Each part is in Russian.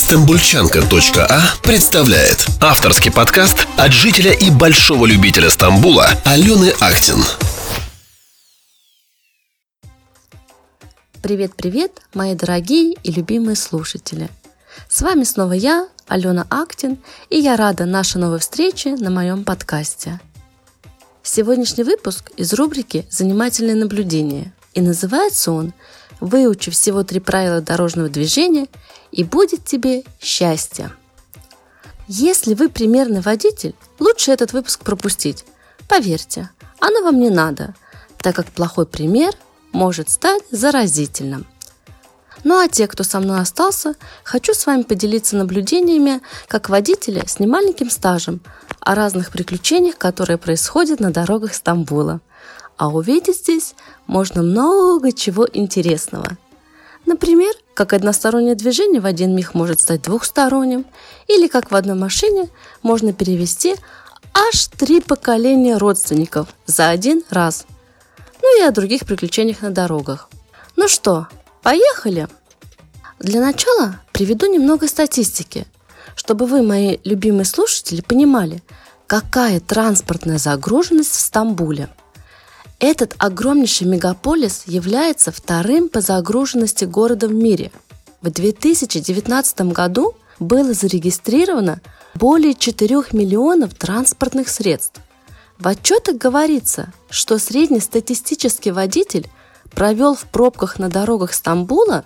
Стамбульчанка.а представляет авторский подкаст от жителя и большого любителя Стамбула Алены Актин. Привет-привет, мои дорогие и любимые слушатели! С вами снова я, Алена Актин, и я рада нашей новой встрече на моем подкасте. Сегодняшний выпуск из рубрики «Занимательные наблюдения», и называется он «Выучи всего 3 правила дорожного движения, и будет тебе счастье». Если вы примерный водитель, лучше этот выпуск пропустить. Поверьте, оно вам не надо, так как плохой пример может стать заразительным. Ну а те, кто со мной остался, хочу с вами поделиться наблюдениями как водителя с немаленьким стажем о разных приключениях, которые происходят на дорогах Стамбула. А увидеть здесь можно много чего интересного. Например, как одностороннее движение в один миг может стать двухсторонним, или как в одной машине можно перевести аж 3 поколения родственников за один раз. Ну и о других приключениях на дорогах. Ну что, поехали? Для начала приведу немного статистики, чтобы вы, мои любимые слушатели, понимали, какая транспортная загруженность в Стамбуле. Этот огромнейший мегаполис является вторым по загруженности городом в мире. В 2019 году было зарегистрировано более 4 миллионов транспортных средств. В отчетах говорится, что среднестатистический водитель провел в пробках на дорогах Стамбула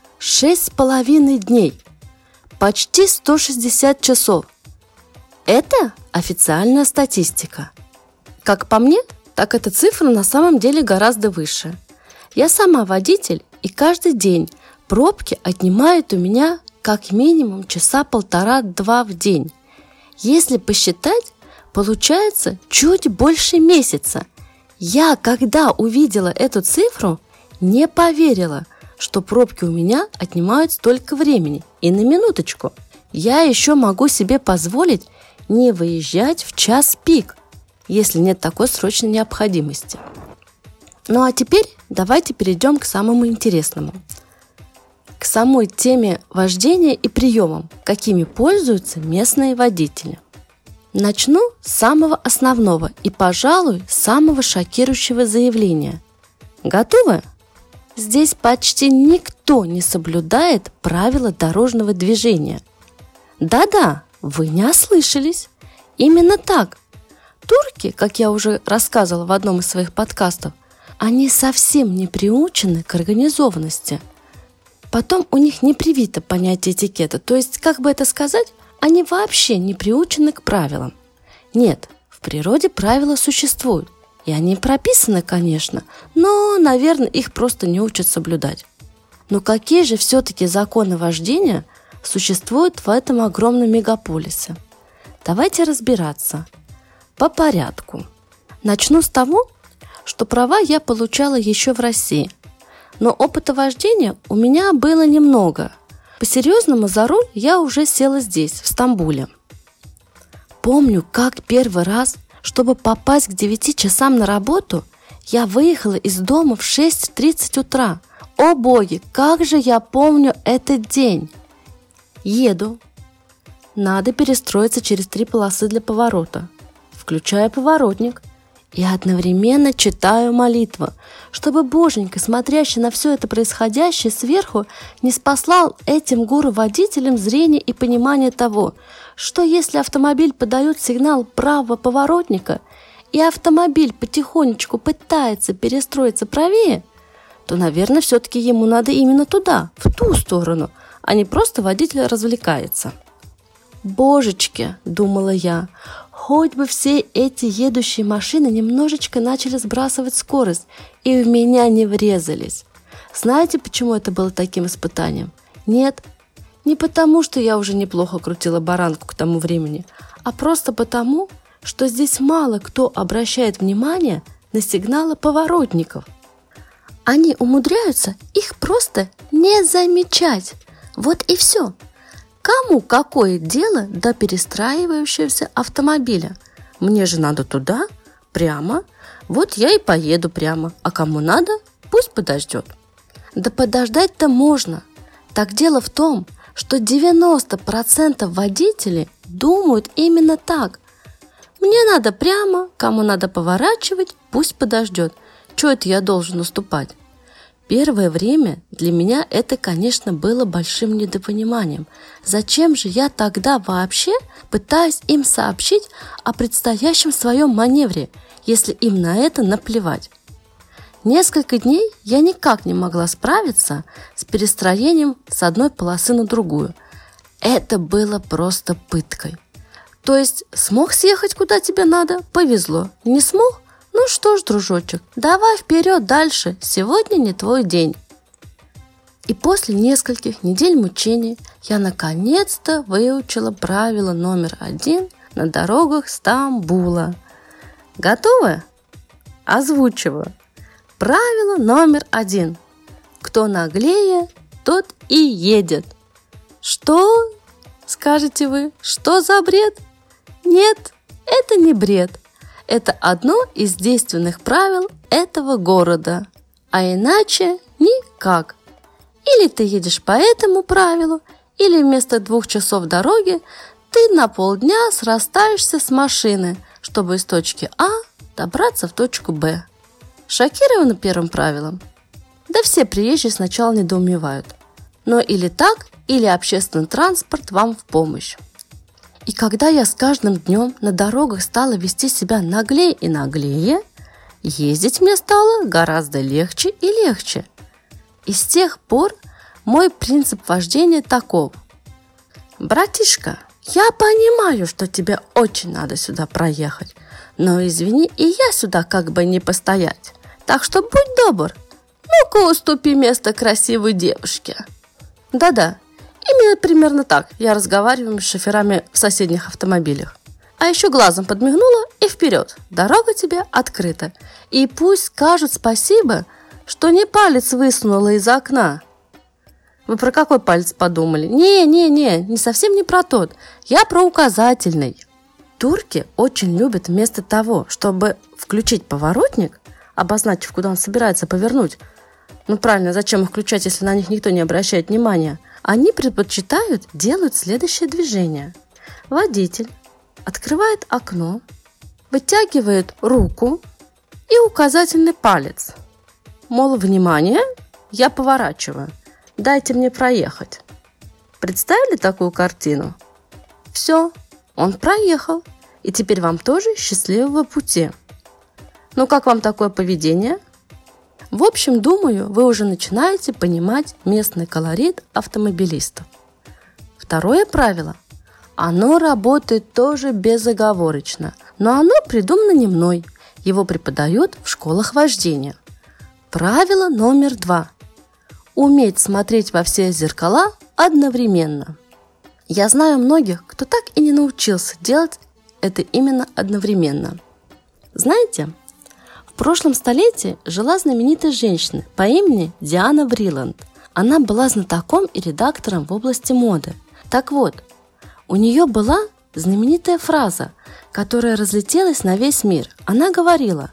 6,5 дней, почти 160 часов. Это официальная статистика. Как по мне, так эта цифра на самом деле гораздо выше. Я сама водитель, и каждый день пробки отнимают у меня как минимум часа 1,5-2 в день. Если посчитать, получается чуть больше месяца. Я, когда увидела эту цифру, не поверила, что пробки у меня отнимают столько времени. И на минуточку, я еще могу себе позволить не выезжать в час пик, если нет такой срочной необходимости. Ну а теперь давайте перейдем к самому интересному. К самой теме вождения и приемам, какими пользуются местные водители. Начну с самого основного и, пожалуй, самого шокирующего заявления. Готовы? Здесь почти никто не соблюдает правила дорожного движения. Да-да, вы не ослышались. Именно так. Турки, как я уже рассказывала в одном из своих подкастов, они совсем не приучены к организованности. Потом у них не привито понятие этикета, то есть, как бы это сказать, они вообще не приучены к правилам. Нет, в природе правила существуют, и они прописаны, конечно, но, наверное, их просто не учат соблюдать. Но какие же все-таки законы вождения существуют в этом огромном мегаполисе? Давайте разбираться. По порядку. Начну с того, что права я получала еще в России, но опыта вождения у меня было немного. По-серьезному за руль я уже села здесь, в Стамбуле. Помню, как первый раз, чтобы попасть к 9 часам на работу, я выехала из дома в 6:30 утра. О боги, как же я помню этот день! Еду. Надо перестроиться через 3 полосы для поворота. Включаю поворотник и одновременно читаю молитву, чтобы Боженька, смотрящий на все это происходящее сверху, не спаслал этим гуру-водителям зрение и понимание того, что если автомобиль подает сигнал правого поворотника и автомобиль потихонечку пытается перестроиться правее, то, наверное, все-таки ему надо именно туда, в ту сторону, а не просто водитель развлекается. «Божечки!» – думала я, хоть бы все эти едущие машины немножечко начали сбрасывать скорость и в меня не врезались. Знаете, почему это было таким испытанием? Нет, не потому, что я уже неплохо крутила баранку к тому времени, а просто потому, что здесь мало кто обращает внимание на сигналы поворотников. Они умудряются их просто не замечать. Вот и все. Кому какое дело до перестраивающегося автомобиля? Мне же надо туда, прямо. Вот я и поеду прямо. А кому надо, пусть подождет. Да подождать-то можно. Так дело в том, что 90% водителей думают именно так. Мне надо прямо, кому надо поворачивать, пусть подождет. Чего это я должен уступать? Первое время для меня это, конечно, было большим недопониманием. Зачем же я тогда вообще пытаюсь им сообщить о предстоящем своем маневре, если им на это наплевать? Несколько дней я никак не могла справиться с перестроением с одной полосы на другую. Это было просто пыткой. То есть смог съехать куда тебе надо? Повезло. Не смог? Ну что ж, дружочек, давай вперед дальше, сегодня не твой день. И после нескольких недель мучений я наконец-то выучила правило номер 1 на дорогах Стамбула. Готовы? Озвучиваю. Правило номер 1. Кто наглее, тот и едет. Что? Скажете вы, что за бред? Нет, это не бред. Это одно из действенных правил этого города, а иначе никак. Или ты едешь по этому правилу, или вместо 2 часов дороги ты на полдня срастаешься с машины, чтобы из точки А добраться в точку Б. Шокированы первым правилом? Да все приезжие сначала недоумевают. Но или так, или общественный транспорт вам в помощь. И когда я с каждым днем на дорогах стала вести себя наглее и наглее, ездить мне стало гораздо легче и легче. И с тех пор мой принцип вождения таков. Братишка, я понимаю, что тебе очень надо сюда проехать, но извини, и я сюда как бы не постоять. Так что будь добр, ну-ка уступи место красивой девушке. Да-да. Именно примерно так я разговариваю с шоферами в соседних автомобилях. А еще глазом подмигнула и вперед. Дорога тебе открыта. И пусть скажут спасибо, что не палец высунула из окна. Вы про какой палец подумали? Не совсем не про тот. Я про указательный. Турки очень любят вместо того, чтобы включить поворотник, обозначив, куда он собирается повернуть. Ну правильно, зачем их включать, если на них никто не обращает внимания? Они предпочитают делать следующее движение. Водитель открывает окно, вытягивает руку и указательный палец. Мол, внимание, я поворачиваю, дайте мне проехать. Представили такую картину? Все, он проехал, и теперь вам тоже счастливого пути. Ну как вам такое поведение? В общем, думаю, вы уже начинаете понимать местный колорит автомобилистов. Второе правило. Оно работает тоже безоговорочно, но оно придумано не мной. Его преподают в школах вождения. Правило номер 2. Уметь смотреть во все зеркала одновременно. Я знаю многих, кто так и не научился делать это именно одновременно. Знаете, в прошлом столетии жила знаменитая женщина по имени Диана Вриланд. Она была знатоком и редактором в области моды. Так вот, у нее была знаменитая фраза, которая разлетелась на весь мир. Она говорила: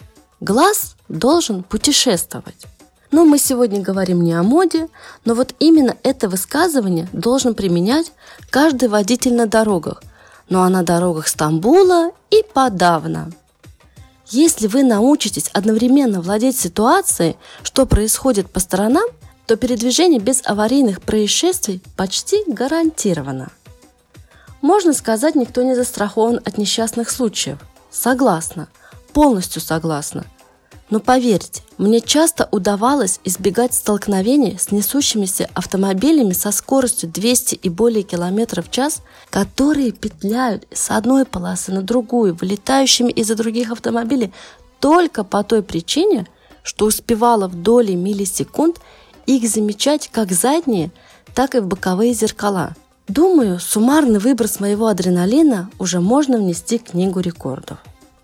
«Глаз должен путешествовать». Но мы сегодня говорим не о моде, но вот именно это высказывание должен применять каждый водитель на дорогах, ну а на дорогах Стамбула и подавно. Если вы научитесь одновременно владеть ситуацией, что происходит по сторонам, то передвижение без аварийных происшествий почти гарантировано. Можно сказать, никто не застрахован от несчастных случаев. Согласна, полностью согласна. Но поверьте, мне часто удавалось избегать столкновений с несущимися автомобилями со скоростью 200 и более км в час, которые петляют с одной полосы на другую, вылетающими из-за других автомобилей только по той причине, что успевала в доли миллисекунд их замечать как задние, так и в боковые зеркала. Думаю, суммарный выброс моего адреналина уже можно внести в книгу рекордов.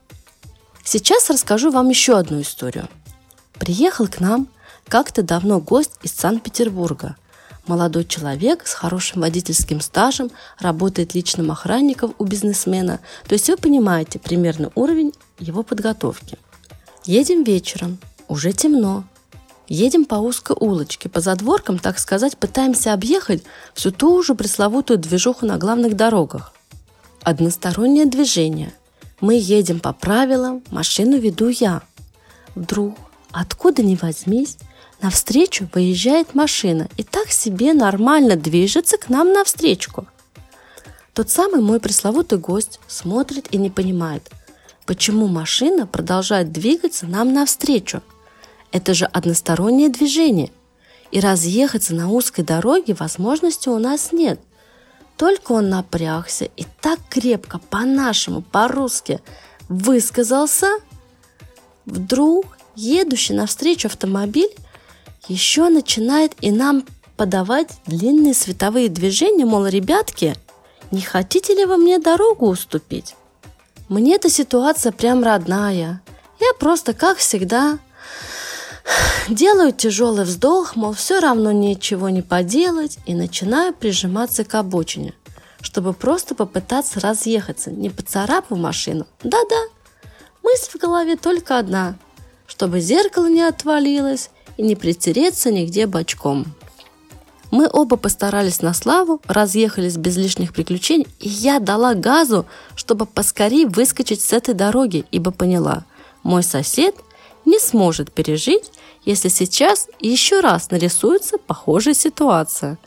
Сейчас расскажу вам еще одну историю. Приехал к нам как-то давно гость из Санкт-Петербурга. Молодой человек с хорошим водительским стажем, работает личным охранником у бизнесмена. То есть вы понимаете примерный уровень его подготовки. Едем вечером, уже темно. Едем по узкой улочке, по задворкам, так сказать, пытаемся объехать всю ту же пресловутую движуху на главных дорогах. Одностороннее движение. Мы едем по правилам, машину веду я. Вдруг, откуда ни возьмись, навстречу выезжает машина и так себе нормально движется к нам навстречу. Тот самый мой пресловутый гость смотрит и не понимает, почему машина продолжает двигаться нам навстречу. Это же одностороннее движение, и разъехаться на узкой дороге возможности у нас нет. Только он напрягся и так крепко по-нашему, по-русски высказался. Вдруг едущий навстречу автомобиль еще начинает и нам подавать длинные световые движения, мол, ребятки, не хотите ли вы мне дорогу уступить? Мне эта ситуация прям родная. Я просто, как всегда, делаю тяжелый вздох, мол, все равно ничего не поделать, и начинаю прижиматься к обочине, чтобы просто попытаться разъехаться, не поцарапав машину. Да-да, мысль в голове только одна, чтобы зеркало не отвалилось и не притереться нигде бочком. Мы оба постарались на славу, разъехались без лишних приключений, и я дала газу, чтобы поскорее выскочить с этой дороги, ибо поняла, мой сосед не сможет пережить, если сейчас еще раз нарисуется похожая ситуация.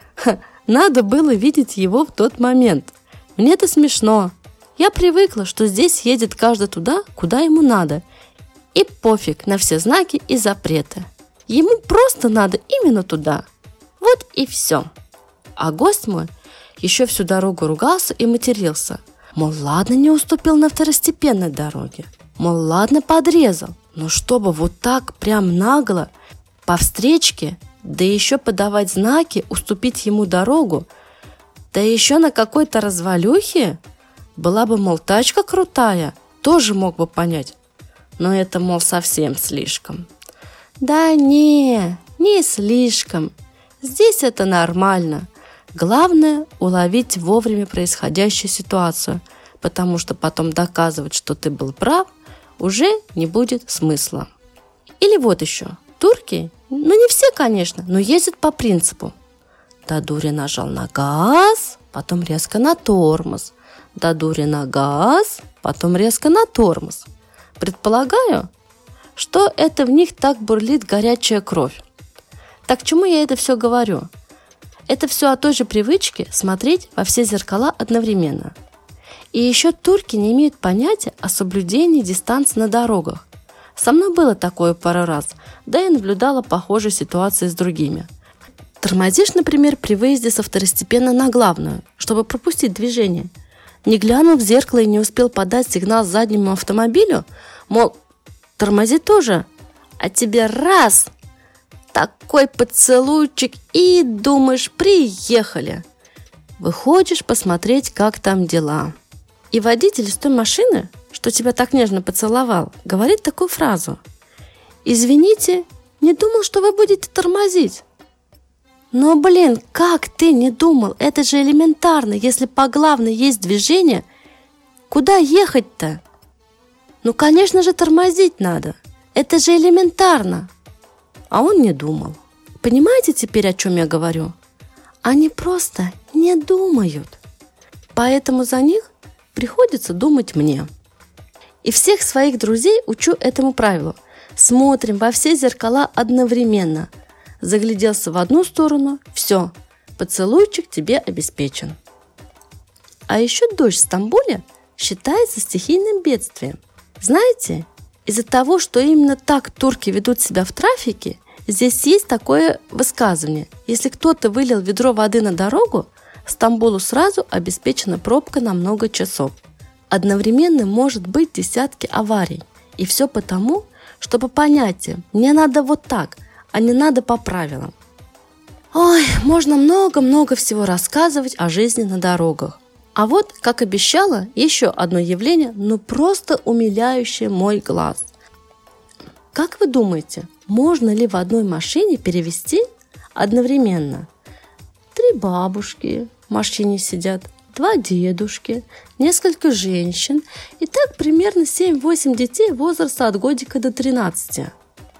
Надо было видеть его в тот момент. Мне это смешно. Я привыкла, что здесь едет каждый туда, куда ему надо. И пофиг на все знаки и запреты. Ему просто надо именно туда. Вот и все. А гость мой еще всю дорогу ругался и матерился. Мол, ладно, не уступил на второстепенной дороге. Мол, ладно, подрезал. Но чтобы вот так прям нагло, по встречке, да еще подавать знаки, уступить ему дорогу, да еще на какой-то развалюхе, была бы, мол, тачка крутая, тоже мог бы понять. Но это, мол, совсем слишком. Да не слишком. Здесь это нормально. Главное уловить вовремя происходящую ситуацию, потому что потом доказывать, что ты был прав, уже не будет смысла. Или вот еще. Турки, не все, конечно, но ездят по принципу. До дури нажал на газ, потом резко на тормоз. До дури на газ, потом резко на тормоз. Предполагаю, что это в них так бурлит горячая кровь. Так к чему я это все говорю? Это все о той же привычке смотреть во все зеркала одновременно. И еще турки не имеют понятия о соблюдении дистанции на дорогах. Со мной было такое пару раз, да и наблюдала похожие ситуации с другими. Тормозишь, например, при выезде со второстепенной на главную, чтобы пропустить движение. Не глянул в зеркало и не успел подать сигнал заднему автомобилю, мол, тормози тоже, а тебе раз, такой поцелуйчик и думаешь, приехали. Выходишь посмотреть, как там дела. И водитель из той машины, что тебя так нежно поцеловал, говорит такую фразу: «Извините, не думал, что вы будете тормозить». Но, блин, как ты не думал? Это же элементарно. Если по главной есть движение, куда ехать-то? Конечно же, тормозить надо. Это же элементарно. А он не думал. Понимаете теперь, о чем я говорю? Они просто не думают. Поэтому за них приходится думать мне. И всех своих друзей учу этому правилу. Смотрим во все зеркала одновременно. Загляделся в одну сторону, все, поцелуйчик тебе обеспечен. А еще дождь в Стамбуле считается стихийным бедствием. Знаете, из-за того, что именно так турки ведут себя в трафике, здесь есть такое высказывание: если кто-то вылил ведро воды на дорогу, Стамбулу сразу обеспечена пробка на много часов. Одновременно может быть десятки аварий. И все потому, что по понятиям «мне надо вот так», а не надо по правилам. Ой, можно много-много всего рассказывать о жизни на дорогах. А вот, как обещала, еще одно явление, просто умиляющее мой глаз. Как вы думаете, можно ли в одной машине перевезти одновременно 3 бабушки в машине сидят, 2 дедушки, несколько женщин и так примерно 7-8 детей возраста от годика до 13?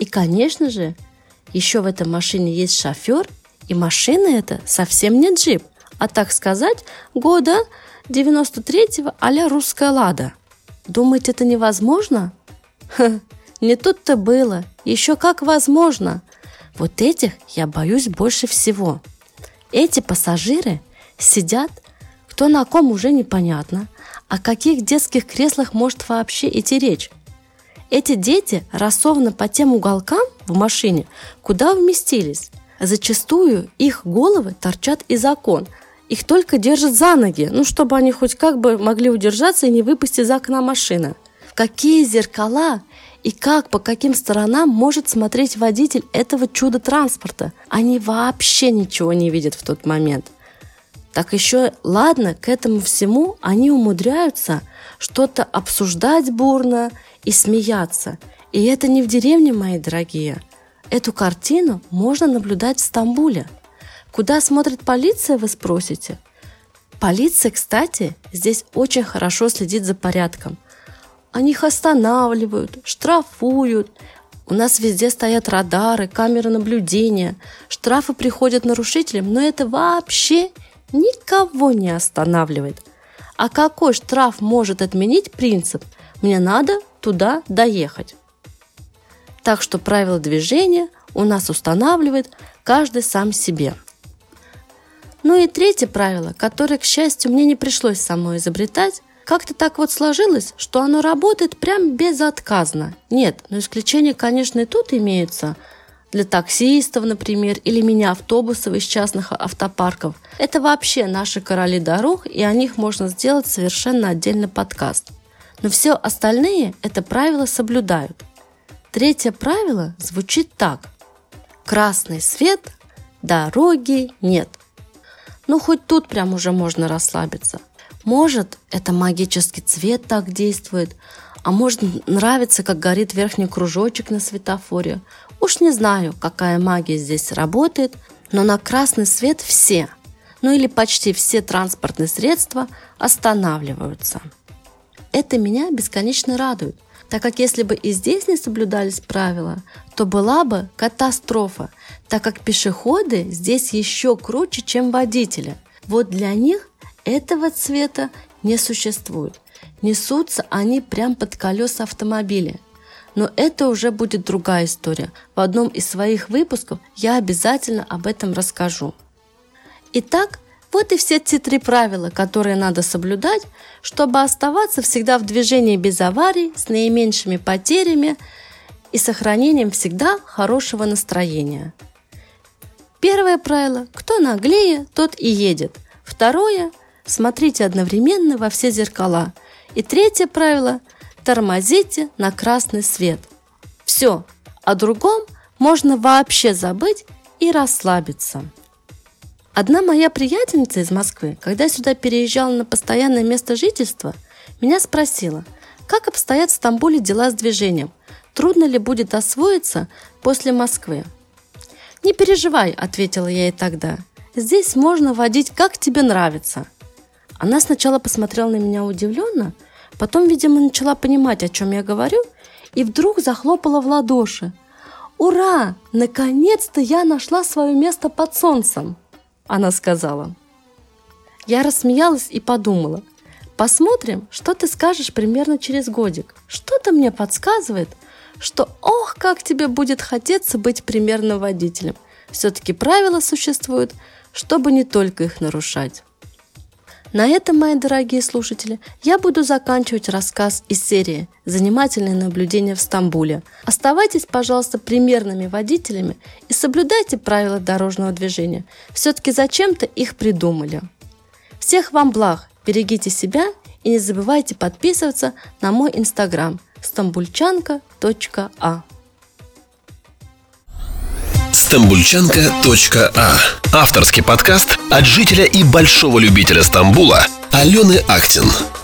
И, конечно же, еще в этой машине есть шофер, и машина эта совсем не джип, а, так сказать, года 93-го а-ля русская «Лада». Думаете, это невозможно? Не тут-то было. Еще как возможно. Вот этих я боюсь больше всего. Эти пассажиры сидят, кто на ком уже непонятно, о каких детских креслах может вообще идти речь. Эти дети рассованы по тем уголкам в машине, куда вместились. Зачастую их головы торчат из окон. Их только держат за ноги, чтобы они хоть как бы могли удержаться и не выпасть из окна машины. В какие зеркала и как, по каким сторонам может смотреть водитель этого чудо-транспорта? Они вообще ничего не видят в тот момент. Так еще, ладно, к этому всему они умудряются что-то обсуждать бурно и смеяться. И это не в деревне, мои дорогие. Эту картину можно наблюдать в Стамбуле. Куда смотрит полиция, вы спросите? Полиция, кстати, здесь очень хорошо следит за порядком. Они их останавливают, штрафуют. У нас везде стоят радары, камеры наблюдения. Штрафы приходят нарушителям, но это вообще никого не останавливает. А какой штраф может отменить принцип «мне надо туда доехать»? Так что правила движения у нас устанавливает каждый сам себе. Ну и третье правило, которое, к счастью, мне не пришлось самой изобретать, как-то так вот сложилось, что оно работает прям безотказно. Нет, но исключения, конечно, и тут имеются. Для таксистов, например, или мини-автобусов из частных автопарков. Это вообще наши короли дорог, и о них можно сделать совершенно отдельный подкаст. Но все остальные это правило соблюдают. Третье правило звучит так. Красный свет, дороги нет. Хоть тут прям уже можно расслабиться. Может, это магический цвет так действует, а может, нравится, как горит верхний кружочек на светофоре. Уж не знаю, какая магия здесь работает, но на красный свет все, или почти все транспортные средства останавливаются. Это меня бесконечно радует, так как если бы и здесь не соблюдались правила, то была бы катастрофа, так как пешеходы здесь еще круче, чем водители. Вот для них этого цвета не существует. Несутся они прям под колеса автомобиля. Но это уже будет другая история. В одном из своих выпусков я обязательно об этом расскажу. Итак, вот и все те 3 правила, которые надо соблюдать, чтобы оставаться всегда в движении без аварий, с наименьшими потерями и сохранением всегда хорошего настроения. Первое правило – кто наглее, тот и едет. Второе – смотрите одновременно во все зеркала. И третье правило – тормозите на красный свет. Все, о другом можно вообще забыть и расслабиться. Одна моя приятельница из Москвы, когда сюда переезжала на постоянное место жительства, меня спросила, как обстоят в Стамбуле дела с движением, трудно ли будет освоиться после Москвы. «Не переживай», – ответила я ей тогда, – «здесь можно водить, как тебе нравится». Она сначала посмотрела на меня удивленно, потом, видимо, начала понимать, о чем я говорю, и вдруг захлопала в ладоши. «Ура! Наконец-то я нашла свое место под солнцем!» Она сказала. Я рассмеялась и подумала. Посмотрим, что ты скажешь примерно через годик. Что-то мне подсказывает, что ох, как тебе будет хотеться быть примерным водителем. Все-таки правила существуют, чтобы не только их нарушать. На этом, мои дорогие слушатели, я буду заканчивать рассказ из серии «Занимательные наблюдения в Стамбуле». Оставайтесь, пожалуйста, примерными водителями и соблюдайте правила дорожного движения. Все-таки зачем-то их придумали. Всех вам благ, берегите себя и не забывайте подписываться на мой инстаграм stambulchanka.a. Stambulchanka.a. Авторский подкаст от жителя и большого любителя Стамбула Алены Актин.